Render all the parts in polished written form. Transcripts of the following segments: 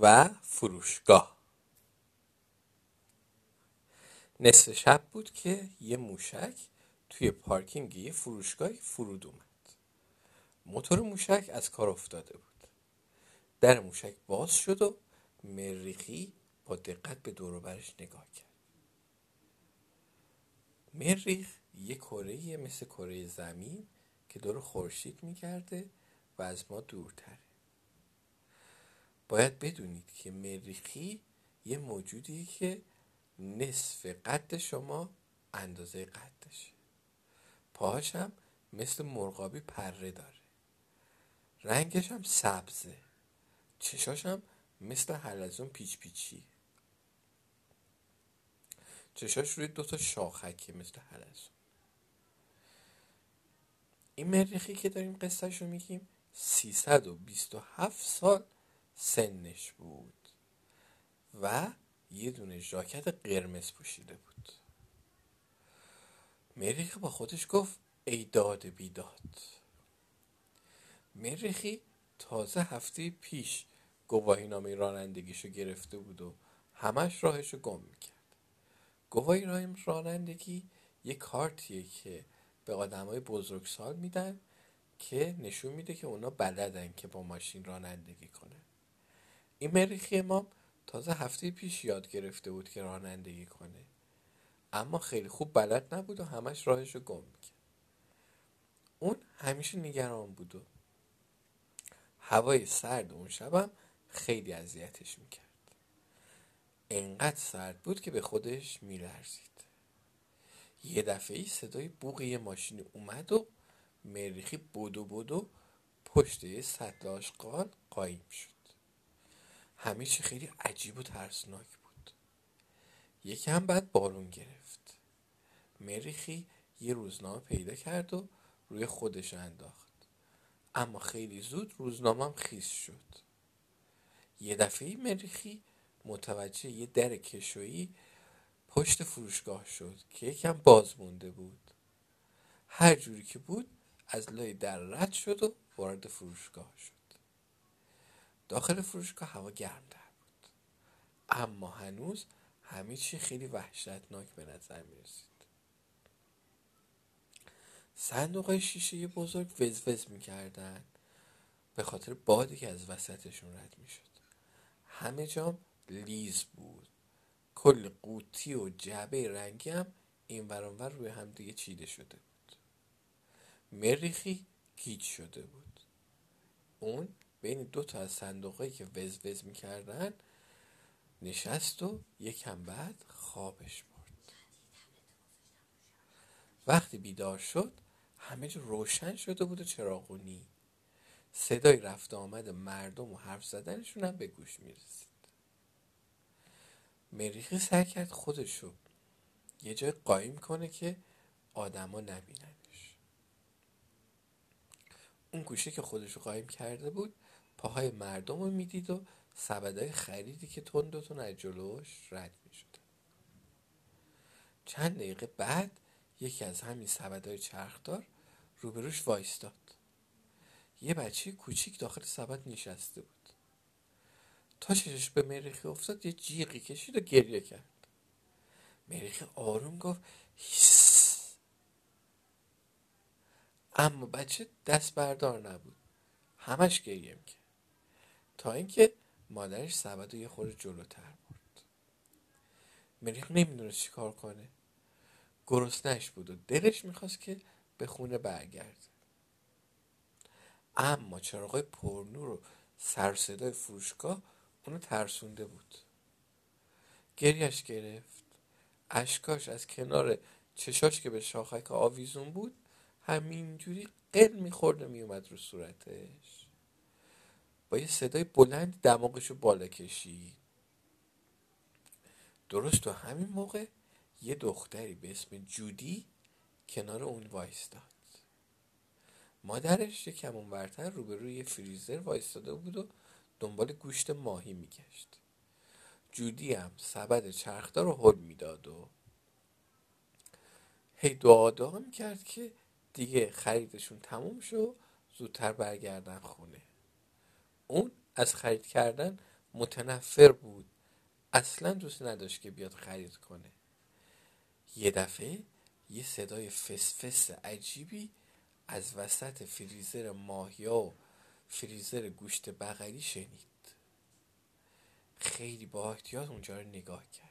و فروشگاه. نصف شب بود که یه موشک توی پارکینگ یه فروشگاهی فرود اومد. موتور موشک از کار افتاده بود. در موشک باز شد و مریخی با دقت به دور و برش نگاه کرد. مریخ یه کره‌ایه مثل کره زمین که دور خورشید میگرده و از ما دورتره. باید بدونید که مریخی یه موجودیه که نصف قد شما اندازه قدشه. پاهاش هم مثل مرغابی پره داره. رنگش هم سبزه. چشاش هم مثل حلزون پیچ پیچی. چشاش روی 2 شاخکه مثل حلزون. این مریخی که داریم قصهش رو میگیم 327 سال سنش بود و یه دونه ژاکت قرمز پوشیده بود. مریخی با خودش گفت ای داد بیداد. مریخی تازه هفته پیش گواهینامه رانندگیشو گرفته بود و همش راهشو گم میکرد. گواهی رانندگی یه کارتیه که به آدمای بزرگسال میدن که نشون میده که اونا بلدن که با ماشین رانندگی کنن. این مریخی ما تازه هفته پیش یاد گرفته بود که رانندگی کنه، اما خیلی خوب بلد نبود و همش راهشو گم میکرد. اون همیشه نگران بود و هوای سرد اون شبم خیلی اذیتش میکرد. انقدر سرد بود که به خودش میلرزید. یه دفعه‌ای صدای بوق یه ماشین اومد و مریخی بدو پشت یه سطل آشغال قایم شد. همه چی خیلی عجیب و ترسناک بود. یکم بعد بارون گرفت. مریخی یه روزنامه پیدا کرد و روی خودش انداخت. اما خیلی زود روزنامه‌ام خیس شد. یه دفعه‌ای مریخی متوجه یه در کشویی پشت فروشگاه شد که یکم باز مونده بود. هر جوری که بود از لای در رد شد و وارد فروشگاه شد. داخل فروشگاه هوا گرم‌تر بود، اما هنوز همه چی خیلی وحشتناک به نظر می رسید. صندوق‌های شیشه بزرگ وزوز می کردن به خاطر بادی که از وسطشون رد می شد. همه جام لیز بود. کل قوطی و جعبه رنگی هم این ور اون ور روی هم دیگه چیده شده بود. مریخی گیج شده بود. اون بین 2 از صندوقایی که وزوز می کردن نشست و یکم بعد خوابش برد. وقتی بیدار شد همه جا روشن شده بود و چراغونی. صدای رفت آمد مردم و حرف زدنشون هم به گوش می رسید. مریخی سعی کرد خودشو یه جای قایم کنه که آدما نبیننش. اون گوشه که خودشو قایم کرده بود پاهای مردم رو میدید و سبدای خریدی که تون از جلوش رد میشد. چند دقیقه بعد یکی از همین سبدای چرخدار روبروش وایستاد. یه بچه کوچیک داخل سبد نشسته بود. تا چشش به مریخی افتاد یه جیغی کشید و گریه کرد. مریخی آروم گفت هیس، اما بچه دست بردار نبود. همش گریه میکرد تا اینکه مادرش سبدو یه خورده جلوتر برد. مریخ نمیدونست چی کار کنه. گرسنه‌اش بود و دلش میخواست که به خونه برگرده، اما چراغای پرنور و سر و صدای فروشگاه اونو ترسونده بود. گریهش گرفت. اشکاش از کنار چشاش که به شاخک آویزون بود همینجوری قل میخورد و میومد رو صورتش. با یه صدای بلند دماغشو بالا کشید. درست تو همین موقع یه دختری به اسم جودی کنار اون وایستاد. مادرش یکم اونورتر روبروی یه فریزر وایستاده بود و دنبال گوشت ماهی میگشت. جودی هم سبد چرخدار رو هل میداد و هی دعا میکرد که دیگه خریدشون تموم شو زودتر برگردن خونه. اون از خرید کردن متنفر بود، اصلا دوست نداشت که بیاد خرید کنه. یه دفعه یه صدای فسفس عجیبی از وسط فریزر ماهیا و فریزر گوشت بغلی شنید. خیلی با احتیاط اونجا رو نگاه کرد.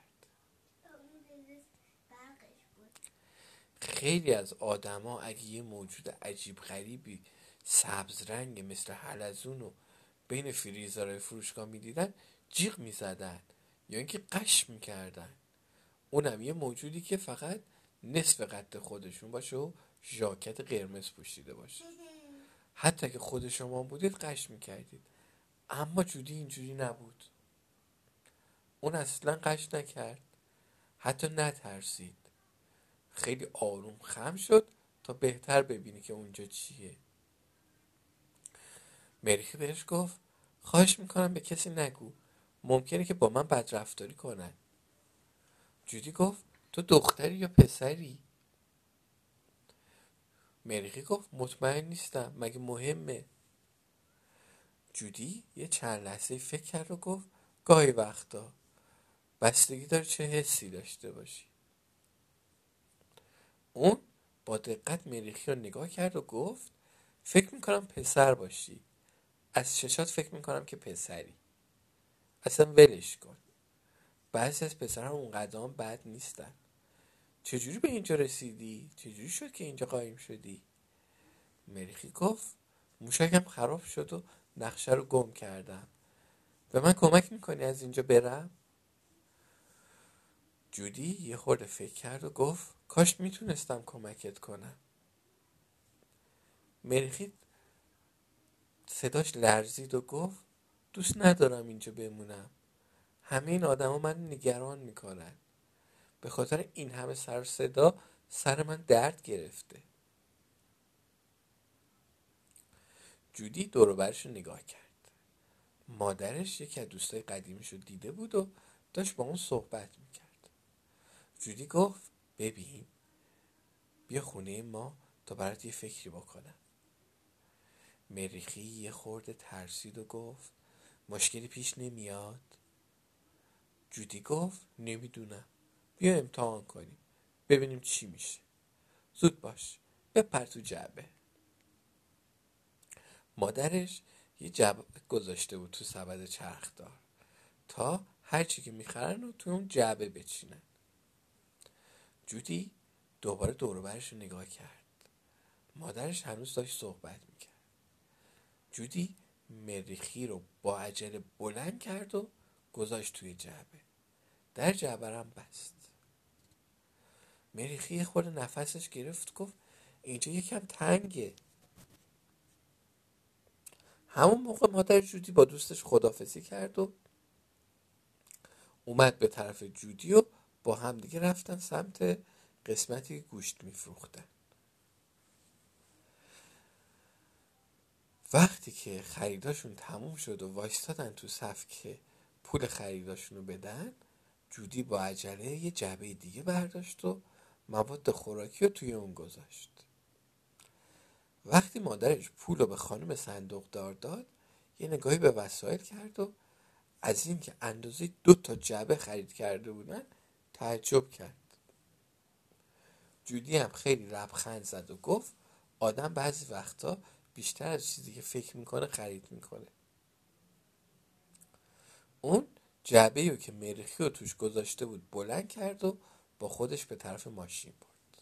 خیلی از آدما اگه یه موجود عجیب غریبی سبز رنگ مثل حلزون رو بین فریزرهای فروشگاه میدیدن جیغ میزدن یا اینکه قش میکردن. اونم یه موجودی که فقط نصف قد خودشون باشه و ژاکت قرمز پوشیده باشه. حتی که خود شما بودید قش میکردید. اما جودی اینجوری نبود. اون اصلا قش نکرد، حتی نترسید. خیلی آروم خم شد تا بهتر ببینی که اونجا چیه. مریخی بهش گفت خواهش میکنم به کسی نگو، ممکنه که با من بدرفتاری کنن. جودی گفت تو دختری یا پسری؟ مریخی گفت مطمئن نیستم، مگه مهمه؟ جودی یه چند لحظه فکر کرد و گفت گاهی وقتا، بستگی داره چه حسی داشته باشی. اون با دقت مریخی رو نگاه کرد و گفت فکر میکنم پسر باشی، از چشات فکر میکنم که پسری. اصلا ولش کن، بعضی از پسرها اونقدر هم بد نیستن. چجوری به اینجا رسیدی؟ چجوری شد که اینجا قایم شدی؟ مریخی گفت موشکم خراب شد و نقشه رو گم کردم، به من کمک میکنی از اینجا برم؟ جودی یه خورده فکر کرد و گفت کاش میتونستم کمکت کنم. مریخی صداش لرزید و گفت دوست ندارم اینجا بمونم، همه این آدما من نگران میکنن، به خاطر این همه سر صدا سر من درد گرفته. جودی دور و برش رو نگاه کرد. مادرش یکی از دوستای قدیمیش رو دیده بود و داشت با اون صحبت میکرد. جودی گفت ببین، بیا خونه ما تا برات یه فکری بکنم. مریخی یه خورده ترسید و گفت مشکلی پیش نمیاد؟ جودی گفت نمیدونم، بیا امتحان کنیم ببینیم چی میشه. زود باش، بپر تو جعبه. مادرش یه جعبه گذاشته بود تو سبد چرخدار تا هرچی که میخرن رو تو اون جعبه بچینن. جودی دوباره دور و برش رو نگاه کرد. مادرش هنوز داشت صحبت میکرد. جودی مریخی رو با عجله بلند کرد و گذاشت توی جعبه. در جعبه هم بست. مریخی خود نفسش گرفت، گفت اینجا یکم تنگه. همون موقع مادر جودی با دوستش خداحافظی کرد و اومد به طرف جودی و با همدیگه رفتن سمت قسمتی گوشت میفروختن. وقتی که خریداشون تموم شد و وایستادن تو صف که پول خریداشون رو بدن، جودی با عجله یه جعبه دیگه برداشت و مواد خوراکی رو توی اون گذاشت. وقتی مادرش پول رو به خانم صندوقدار داد، یه نگاهی به وسایل کرد و از این که اندازه 2 جعبه خرید کرده بودن تعجب کرد. جودی هم خیلی لبخند زد و گفت آدم بعضی وقتا بیشتر از چیزی که فکر میکنه خرید میکنه. اون جعبه‌ای رو که مریخی رو توش گذاشته بود بلند کرد و با خودش به طرف ماشین برد.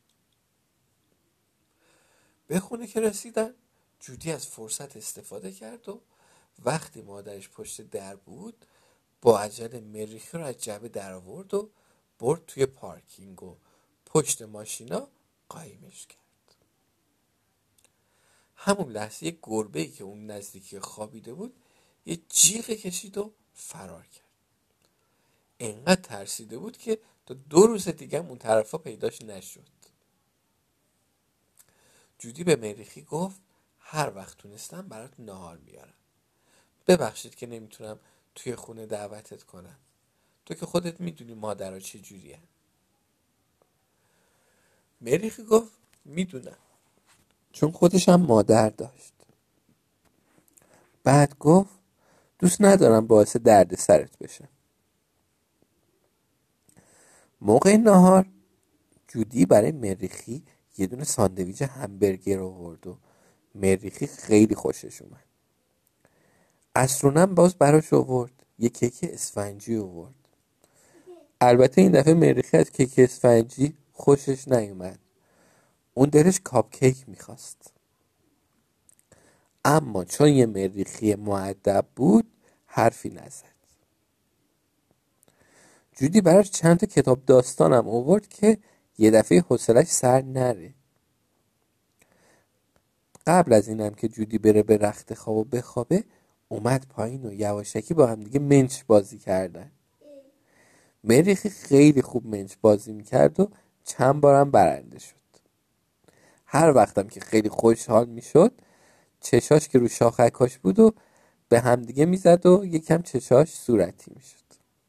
به خونه که رسیدن، جودی از فرصت استفاده کرد و وقتی مادرش پشت در بود با عجله مریخی رو از جعبه در آورد و برد توی پارکینگ و پشت ماشینا قایمش کرد. همون لحظه یه گربه‌ای که اون نزدیکی خوابیده بود یه جیغ کشید و فرار کرد. انقدر ترسیده بود که تا 2 روز دیگه اون طرفا پیداش نشد. جودی به مریخی گفت هر وقت تونستم برات نهار میارم. ببخشید که نمیتونم توی خونه دعوتت کنم. تو که خودت میدونی مادرها چه جوریه. مریخی گفت میدونم، چون خودش هم مادر داشت. بعد گفت دوست ندارم باعث درد سرت بشه. موقع نهار جودی برای مریخی یه دونه ساندویچ همبرگر آورد و مریخی خیلی خوشش اومد. عصرونم باز براش آورد یه کیک اسفنجی آورد. البته این دفعه مریخی از کیک اسفنجی خوشش نیومد. اون دلش کاپ کیک میخواست. اما چون یه مریخی مؤدب بود حرفی نزد. جودی براش چند تا کتاب داستانم آورد که یه دفعه حوصله‌اش سر نره. قبل از اینم که جودی بره به رخت خواب و بخوابه اومد پایین و یواشکی با هم دیگه منچ بازی کردن. مریخی خیلی خوب منچ بازی میکرد و چند بارم برنده شد. هر وقتم که خیلی خوشحال میشد چشاش که رو شاخکاش بود و به هم دیگه میزد و یکم چشاش صورتی میشد.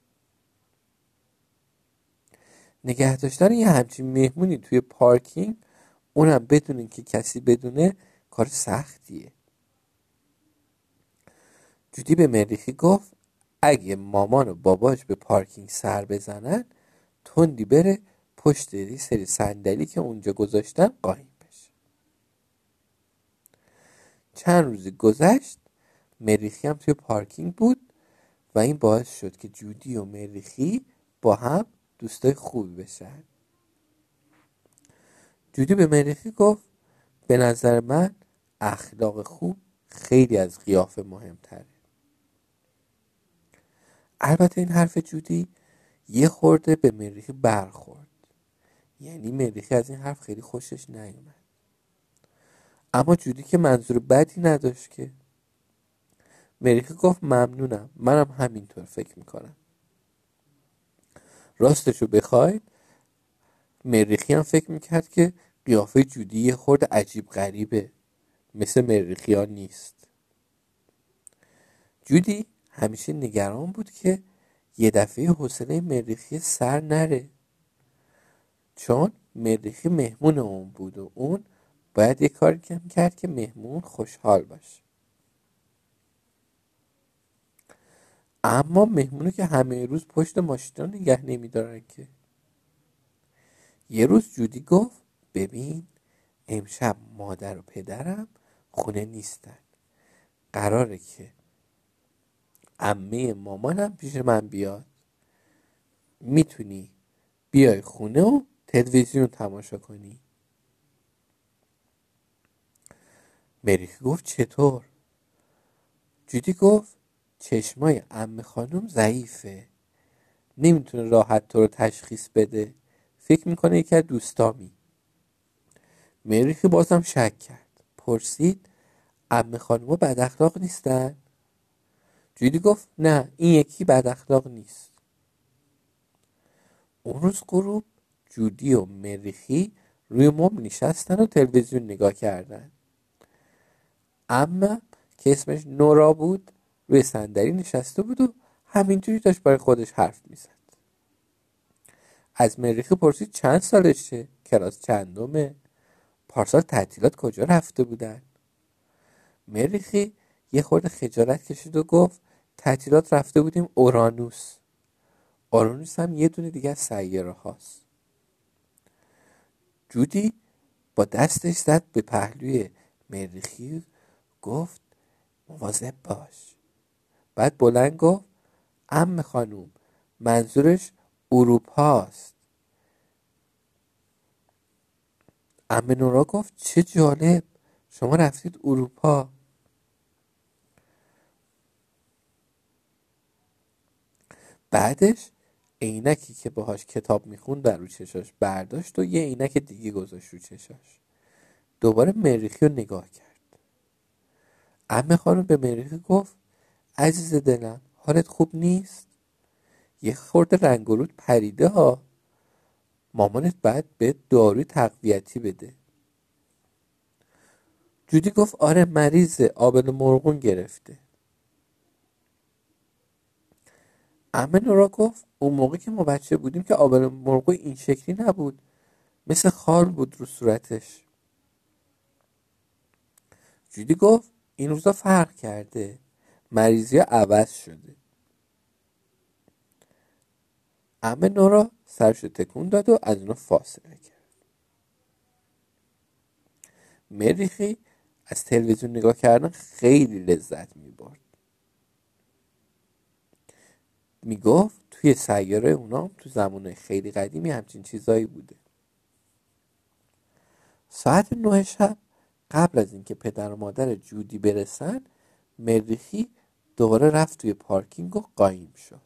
نگه داشتن یه همچین مهمونی توی پارکینگ، اونم بدون اینکه کسی بدونه، کار سختیه. جودی به مریخی گفت اگه مامان و باباش به پارکینگ سر بزنن تندی بره پشت یه سری صندلی که اونجا گذاشتن قایم بشه. چند روزی گذشت، مریخی هم توی پارکینگ بود و این باعث شد که جودی و مریخی با هم دوستای خوبی بشن. جودی به مریخی گفت به نظر من اخلاق خوب خیلی از قیافه مهمتره. البته این حرف جودی یه خورده به مریخی برخورد. یعنی مریخی از این حرف خیلی خوشش نیومد. اما جودی که منظور بدی نداشت که. مریخی گفت ممنونم، منم همینطور فکر میکنم. راستشو بخواید مریخی هم فکر میکرد که قیافه جودی یه خورده عجیب غریبه، مثل مریخی ها نیست. جودی همیشه نگران بود که یه دفعه حوصله مریخی سر نره، چون مریخی مهمون اون بود و اون باید یه کاری کرد که مهمون خوشحال باشه. اما مهمونو که همه روز پشت ماشینا نگه نمیدارن که. یه روز جودی گفت ببین امشب مادر و پدرم خونه نیستن، قراره که عمه مامانم پیش من بیاد، میتونی بیای خونه و تلویزیون تماشا کنی. مریخی گفت چطور؟ جودی گفت چشمای عمه خانم ضعیفه، نمیتونه راحت تو رو تشخیص بده، فکر میکنه یکی از دوستامی. مریخی بازم شک کرد، پرسید عمه خانوما بد اخلاق نیستن؟ جودی گفت نه این یکی بد اخلاق نیست. اون روز غروب جودی و مریخی روی مبل نشستن و تلویزیون نگاه کردن. اما که اسمش نورا بود روی صندلی نشسته بود و همینجوری داشت برای خودش حرف میزد. از مریخی پرسید چند سالشه؟ کلاس چندمه؟ پارسال تعطیلات کجا رفته بودن؟ مریخی یه خورده خجالت کشید و گفت تعطیلات رفته بودیم اورانوس. اورانوس هم یه دونه دیگه از سیاره هاست. جودی با دستش زد به پهلوی مریخی گفت مواظب باش. بعد بلند گفت عمه خانوم منظورش اروپاست. عمه نورا گفت چه جالب، شما رفتید اروپا. بعدش عینکی که باهاش کتاب میخوند در رو چشاش برداشت و یه عینک دیگه گذاشت رو چشاش. دوباره مریخی رو نگاه کرد. عمه خانم به مریخی گفت عزیز دلم حالت خوب نیست؟ یه خورده رنگ و رود پریده ها، مامانت باید به داروی تقویتی بده. جودی گفت آره مریضه، آبل مرغون گرفته. عمه نورا گفت اون موقع که ما بچه بودیم که آبل مرغون این شکلی نبود، مثل خال بود رو صورتش. جودی گفت این روزا فرق کرده، مریضی ها عوض شده. عمه نورا سرشو تکون داد و از اونا فاصله کرد. مریخی از تلویزیون نگاه کردن خیلی لذت میبرد. میگفت توی سیاره اونام تو زمانه خیلی قدیمی همچین چیزایی بوده. ساعت 9 شب قبل از اینکه پدر و مادر جودی برسن، مریخی دوباره رفت توی پارکینگ و قایم شد.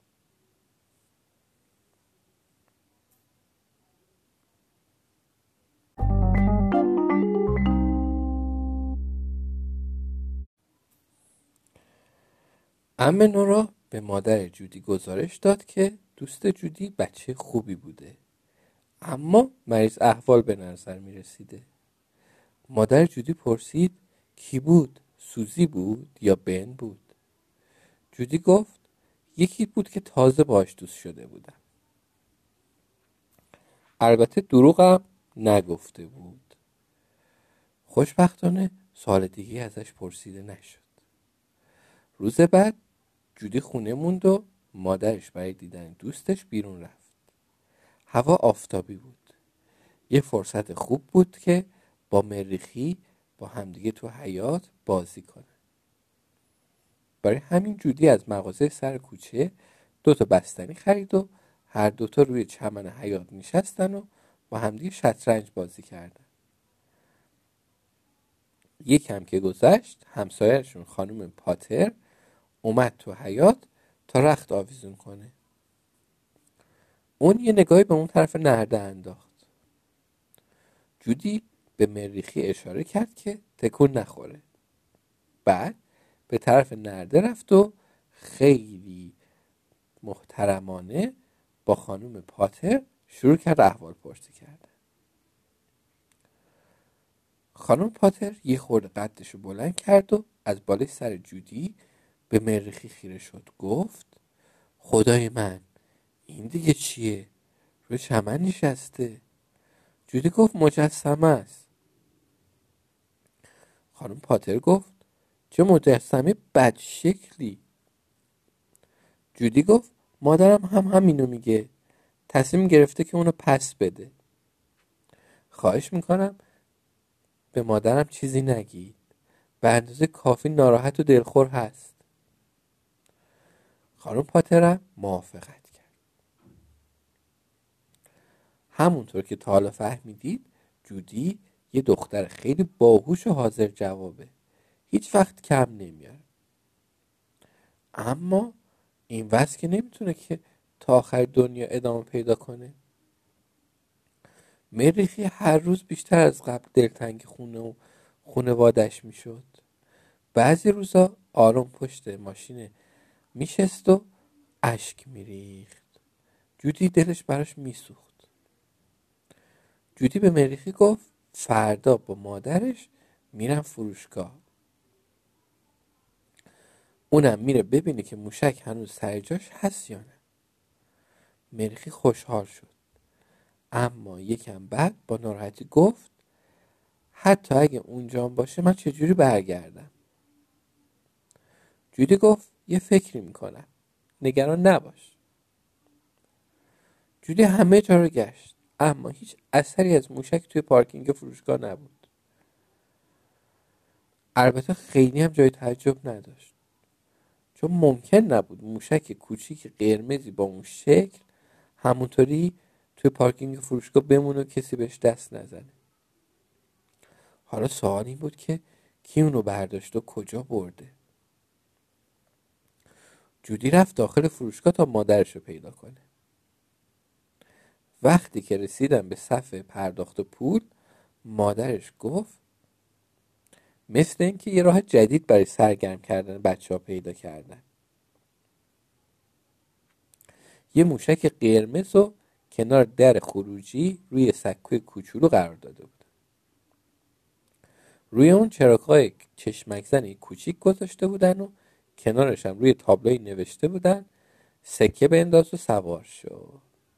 عمه نورا به مادر جودی گزارش داد که دوست جودی بچه خوبی بوده، اما مریض احوال به نظر می رسیده. مادر جودی پرسید کی بود؟ سوزی بود یا بن بود؟ جودی گفت یکی بود که تازه باهاش دوست شده بودم. البته دروغم نگفته بود. خوشبختانه سوال دیگه ازش پرسیده نشد. روز بعد جودی خونه موند و مادرش برای دیدن دوستش بیرون رفت. هوا آفتابی بود. یه فرصت خوب بود که با مریخی با همدیگه تو حیاط بازی کنن. برای همین جودی از مغازه سر کوچه 2 بستنی خرید و هر دوتا روی چمن حیاط نشستن و با همدیگه شطرنج بازی کردن. یکم که گذشت همسایه‌شون خانم پاتر اومد تو حیاط تا رخت آویزون کنه. اون یه نگاهی به اون طرف نرده انداخت. جودی به مریخی اشاره کرد که تکون نخوره. بعد به طرف نرده رفت و خیلی محترمانه با خانم پاتر شروع کرد احوال پرسی کردن. خانم پاتر یه خورده قدشو بلند کرد و از بالای سر جودی به مریخی خیره شد. گفت خدای من، این دیگه چیه؟ روی چمن نشسته. جودی گفت مجسمه است. خانم پاتر گفت چه مجسمه بد شکلی. جودی گفت مادرم هم همینو میگه. تصمیم گرفته که اونو پس بده. خواهش میکنم به مادرم چیزی نگید. به اندازه کافی ناراحت و دلخور هست. خانم پاترم موافقت کرد. همونطور که تا حالا فهمیدید جودی یه دختر خیلی باهوش و حاضر جوابه. هیچ وقت کم نمیاره. اما این وضع که نمیتونه که تا آخر دنیا ادامه پیدا کنه. مریخی هر روز بیشتر از قبل دلتنگ خونه و خونوادش میشد. بعضی روزا آرام پشت ماشین میشست و اشک میریخت. جودی دلش براش میسوخت. جودی به مریخی گفت فردا با مادرش میرن فروشگاه. اونم میره ببینه که موشک هنوز سر جاش هست یا نه. مریخی خوشحال شد، اما یکم بعد با ناراحتی گفت حتی اگه اونجا باشه من چجوری برگردم؟ جودی گفت یه فکری میکنم، نگران نباش. جودی همه جا رو گشت، اما هیچ اثری از موشک توی پارکینگ فروشگاه نبود. البته خیلی هم جای تعجب نداشت، چون ممکن نبود موشک کوچیک قرمزی با اون شکل همونطوری توی پارکینگ فروشگاه بمونه و کسی بهش دست نزنه. حالا سوال این بود که کی اونو برداشت و کجا برده؟ جودی رفت داخل فروشگاه تا مادرش رو پیدا کنه. وقتی که رسیدن به صف پرداخت پول، مادرش گفت مثل این که یه راه جدید برای سرگرم کردن بچه ها پیدا کردن. یه موشک قرمز و کنار در خروجی روی سکوی کوچولو قرار داده بود. روی اون چراغ‌های چشمک زنی کوچیک گذاشته بودن و کنارش هم روی تابلوی نوشته بودن سکه بنداز و سوار شو.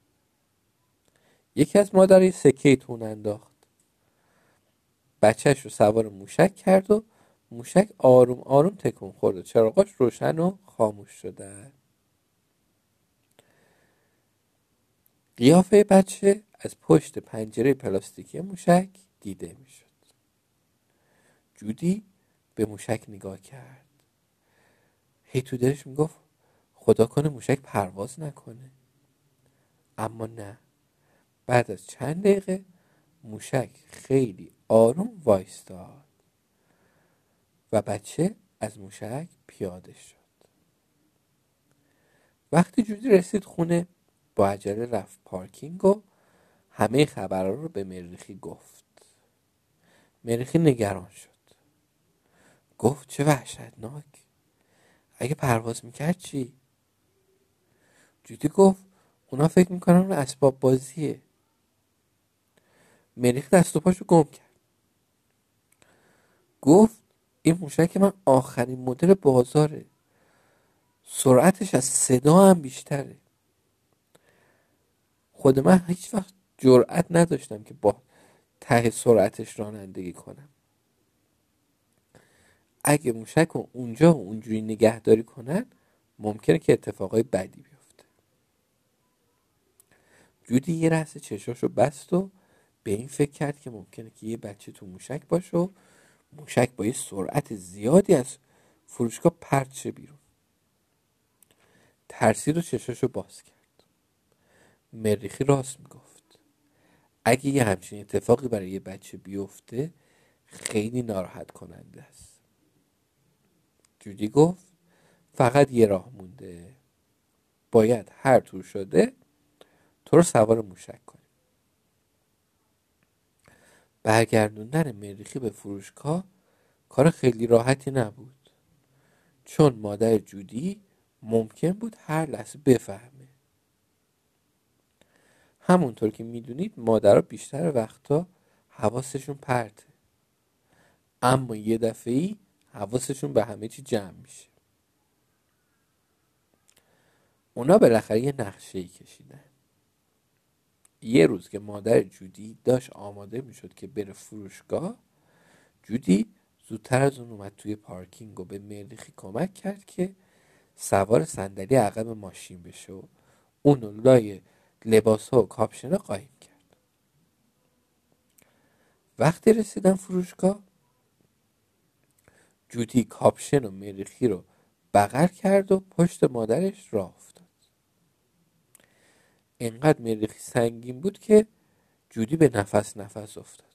یکی از مادرای سکه تون انداخت. بچهش رو سوار موشک کرد و موشک آروم آروم تکون خورد و چراغاش روشن و خاموش شدن. قیافه بچه از پشت پنجره پلاستیکی موشک دیده میشد. جودی به موشک نگاه کرد. هی تو دلش میگفت خدا کنه موشک پرواز نکنه. اما نه. بعد از چند دقیقه موشک خیلی آروم وایستاد و بچه از موشک پیاده شد. وقتی جودی رسید خونه با عجله رفت پارکینگ و همه خبرها رو به مریخی گفت. مریخی نگران شد. گفت چه وحشتناک. اگه پرواز میکرد چی؟ جودی گفت اونا فکر میکنن اون اسباب بازیه. مریخ دست و پاشو گم کرد. گفت این موشک من آخرین مدل بازاره. سرعتش از صدا هم بیشتره. خود من هیچ وقت جرأت نداشتم که با ته سرعتش رانندگی کنم. اگه موشک رو اونجا و اونجوری نگهداری کنن ممکنه که اتفاقای بدی بیفته. جودی یه لحظه چشاشو بست و به این فکر کرد که ممکنه که یه بچه تو موشک باشه و موشک با یه سرعت زیادی از فروشگاه پرت شه بیرون. ترسید و چشاشو باز کرد. مریخی راست میگفت. اگه یه همچین اتفاقی برای یه بچه بیفته خیلی ناراحت کننده است. جودی گفت فقط یه راه مونده. باید هر طور شده تو رو سوار موشک کنیم. برگردوندن مریخی به فروشگاه کار خیلی راحتی نبود، چون مادر جودی ممکن بود هر لحظه بفهمه. همونطور که میدونید مادرها بیشتر وقتا حواسشون پرته، اما یه دفعه‌ای حواسشون به همه چی جمع میشه. اونا بالاخره یه نقشه‌ای کشیدن. یه روز که مادر جودی داشت آماده میشد که بره فروشگاه، جودی زودتر از اون اومد توی پارکینگ و به مریخی کمک کرد که سوار صندلی عقب ماشین بشه و اونو لای لباس ها و کاپشنا قایم کرد. وقتی رسیدن فروشگاه، جودی کاپشن و مریخی رو بغل کرد و پشت مادرش راه افتاد. انقدر مریخی سنگین بود که جودی به نفس افتاد.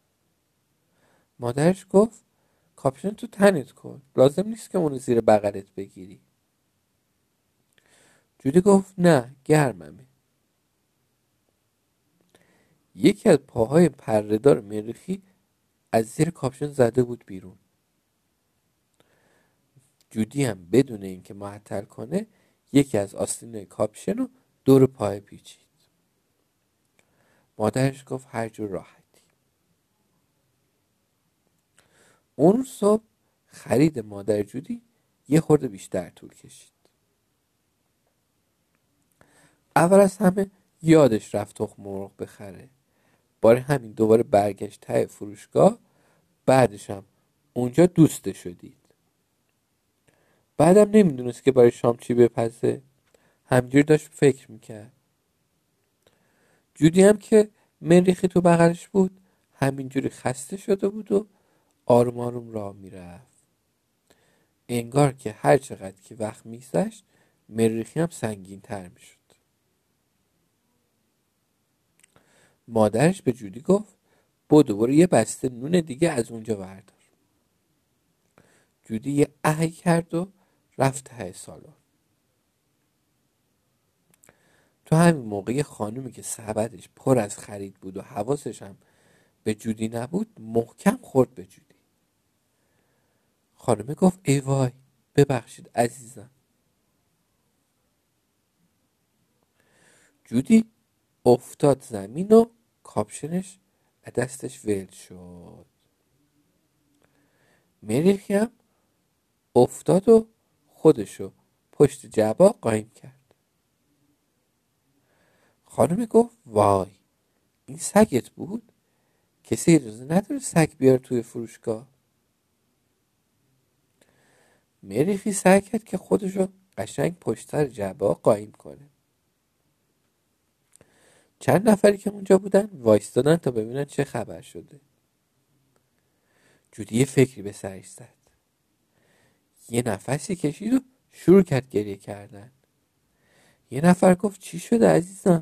مادرش گفت کاپشن تو تنت کن، لازم نیست که اونو زیر بغلت بگیری. جودی گفت نه، گرممه. یکی از پاهای پره‌دار مریخی از زیر کاپشن زده بود بیرون. جودی هم بدون اینکه معطل کنه یکی از آستینای کاپشن رو دور پای پیچید. مادرش گفت هر جور راحتی. اون صبح خرید مادر جودی یه خورده بیشتر طول کشید. اول از همه یادش رفت تخم مرغ بخره. برای همین دوباره برگشت ته فروشگاه. بعدش هم اونجا دوستشو دید. بعدم نمیدونست که برای شام چی بپزه. همجوری داشت فکر میکرد. جودی هم که مریخی تو بغلش بود همینجوری خسته شده بود و آروم آروم راه میرفت. انگار که هر چقدر که وقت میگذشت مریخی هم سنگین تر میشد. مادرش به جودی گفت برو یه بسته نون دیگه از اونجا بردار. جودی یه اهی کرد و رفت ته سالن. تو همین موقع یه خانومی که سبدش پر از خرید بود و حواسش هم به جودی نبود محکم خورد به جودی. خانومه گفت ای وای، ببخشید عزیزم. جودی افتاد زمین و کاپشنش دستش ول شد. مریخی هم افتاد و خودشو پشت جعبه قایم کرد. خانومه گفت وای، این سگت بود؟ کسی اجازه نداره سگ بیاره توی فروشگاه. مریخی سعی کرد که خودشو قشنگ پشت سر جعبه ها قایم کنه. چند نفری که اونجا بودن وایستادن تا ببینن چه خبر شده. جودی یه فکری به سرش زد. یه نفسی کشید و شروع کرد گریه کردن. یه نفر گفت چی شده عزیزم؟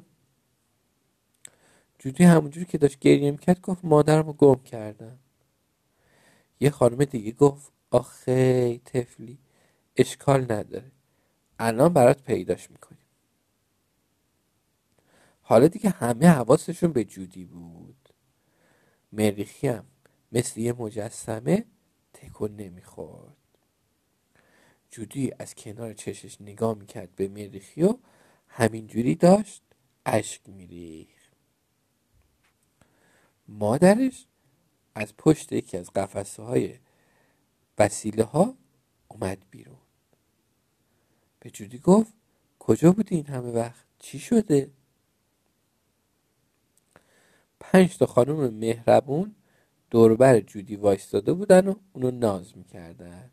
جودی همونجوری که داشت گریه میکرد گفت مادرمو گم کردم. یه خانم دیگه گفت آخه طفلی، اشکال نداره، الان برات پیداش میکنیم. حالا دیگه همه حواسشون به جودی بود. مریخی هم مثل یه مجسمه تکون نمیخورد. جودی از کنار چشش نگاه میکرد به مریخی و همینجوری داشت اشک میریخت. مادرش از پشت یکی از قفسه های وسیله ها اومد بیرون. به جودی گفت کجا بودی این همه وقت؟ چی شده؟ 5 خانم مهربون دوربر جودی وایستاده بودن و اونو ناز میکردن.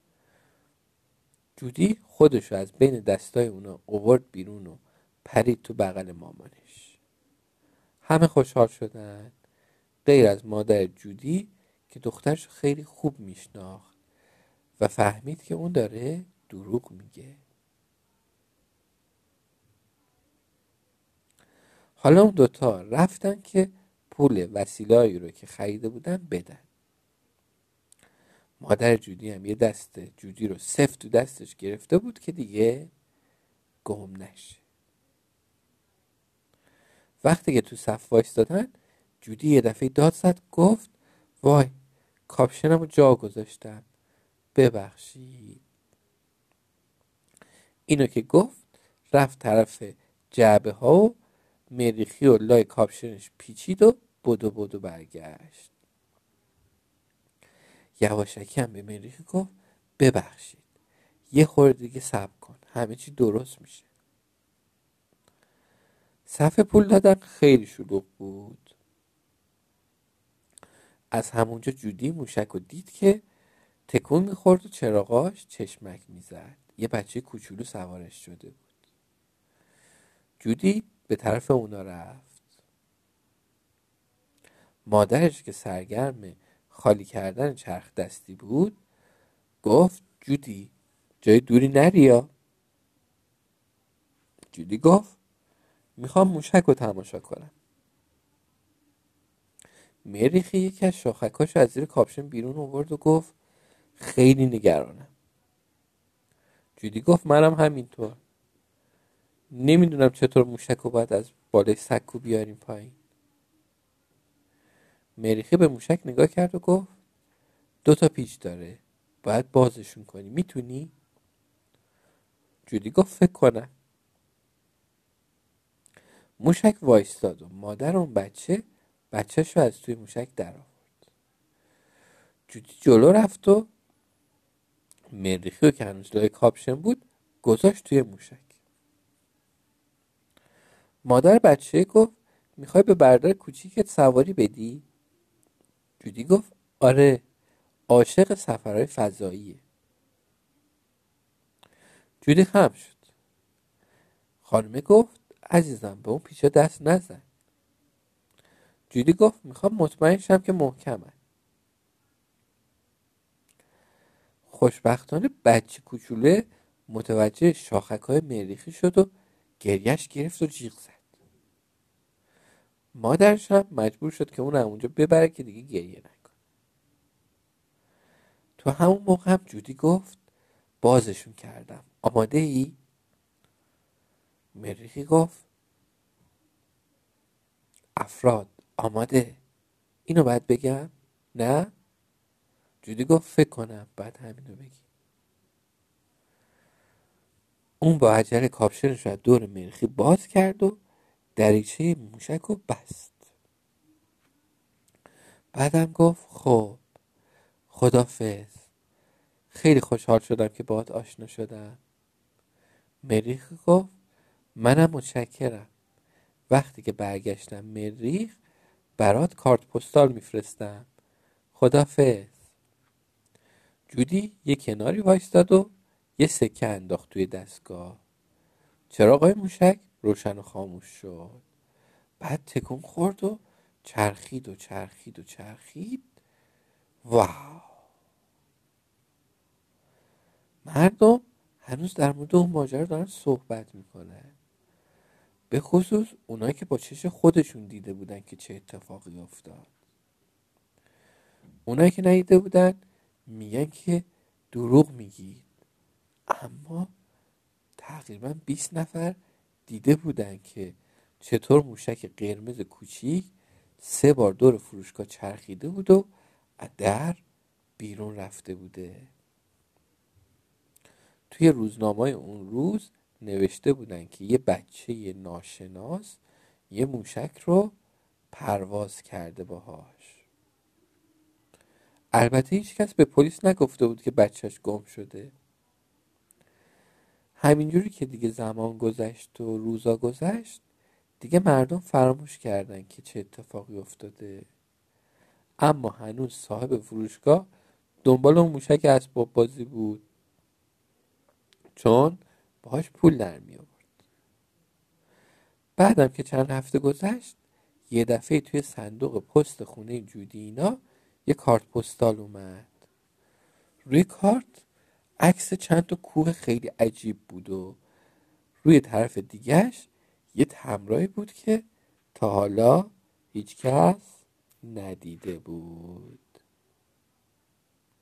جودی خودشو از بین دستای اونا آورد بیرون و پرید تو بغل مامانش. همه خوشحال شدن غیر از مادر جودی که دخترشو خیلی خوب میشناخت و فهمید که اون داره دروغ میگه. حالا اون دوتا رفتن که پول وسیله‌ای رو که خریده بودن بدن. مادر جودی هم یه دست جودی رو سفت تو دستش گرفته بود که دیگه گم نشه. وقتی که تو صف وایستادن جودی یه دفعه داد زد گفت وای کاپشنم رو جا گذاشتم، ببخشید. اینو که گفت رفت طرف جعبه ها و مریخی و لای کاپشنش پیچید و بدو برگشت. یواشکی هم به مریخی گفت ببخشید، یه خورده دیگه صبر کن، همه چی درست میشه. صف پول دادن خیلی شلوغ بود. از همونجا جودی موشک رو دید که تکون میخورد و چراغاش چشمک میزد. یه بچه کوچولو سوارش شده بود. جودی به طرف اونا رفت. مادرش که سرگرم خالی کردن چرخ دستی بود گفت جودی جای دوری نریا. جودی گفت میخوام موشک رو تماشا کنم. مریخی یکی از شاخکاش از زیر کاپشن بیرون آورد و گفت خیلی نگرانم. جودی گفت منم همینطور، نمیدونم چطور موشک رو باید از بالای سکو بیاریم پایین. مریخی به موشک نگاه کرد و گفت 2 پیچ داره، باید بازشون کنی، میتونی؟ جودی گفت فکر کنم. موشک وایستاد و مادر اون بچه‌شو از توی موشک در آورد. جودی جلو رفت و مریخی رو که هنوز لای کاپشن بود گذاشت توی موشک. مادر بچه گفت میخوای به برادر کوچیکت سواری بدی؟ جودی گفت آره، عاشق سفرهای فضاییه. جودی خم شد. خانمه گفت عزیزم به اون پیچا دست نزن. جودی گفت میخوام مطمئن شم که محکمه. خوشبختانه بچه کوچوله متوجه شاخک‌های مریخی شد و گریهش گرفت و جیغ زد. مادرش هم مجبور شد که اون اونجا ببره که دیگه گریه نکنه. تو همون موقع هم جودی گفت بازشون کردم، آماده ای؟ مریخی گفت افراد آماده. اینو باید بگم؟ نه؟ جودی گفت فکر کنم بعد همینو بگی. اون با عجله کاپشنش رو از دور مریخی باز کرد و دریچه موشک رو بست. بعدم گفت خب خدافظ، خیلی خوشحال شدم که باهات آشنا شدم. مریخ گفت منم متشکرم، وقتی که برگشتم مریخ برات کارت پستال میفرستم. خدافظ. جودی یه کناری وایستاد و یه سکه انداخت توی دستگاه. چراغای موشک روشن و خاموش شد. بعد تکون خورد و چرخید و چرخید و چرخید. واو! مردم هنوز در مورد اون ماجرا دارن صحبت میکنن، به خصوص اونایی که با چشم خودشون دیده بودن که چه اتفاقی افتاد. اونایی که ندیده بودن میگن که دروغ میگید، اما تقریبا 20 نفر دیده بودن که چطور موشک قرمز کوچیک 3 بار دور فروشگاه چرخیده بود و از در بیرون رفته بوده. توی روزنامه‌های اون روز نوشته بودن که یه بچه ناشناس یه موشک رو پرواز کرده باهاش. البته هیچ کس به پلیس نگفته بود که بچهش گم شده. همینجوری که دیگه زمان گذشت و روزا گذشت، دیگه مردم فراموش کردن که چه اتفاقی افتاده. اما هنوز صاحب فروشگاه دنبال اون موشک اسباب بازی بود، چون باهاش پول در می آورد. بعدم که چند هفته گذشت، یه دفعه توی صندوق پست خونه جودی اینا یه کارت پستال اومد. روی کارت عکس چند تا کوه خیلی عجیب بود و روی طرف دیگهش یه تمرایی بود که تا حالا هیچ کس ندیده بود.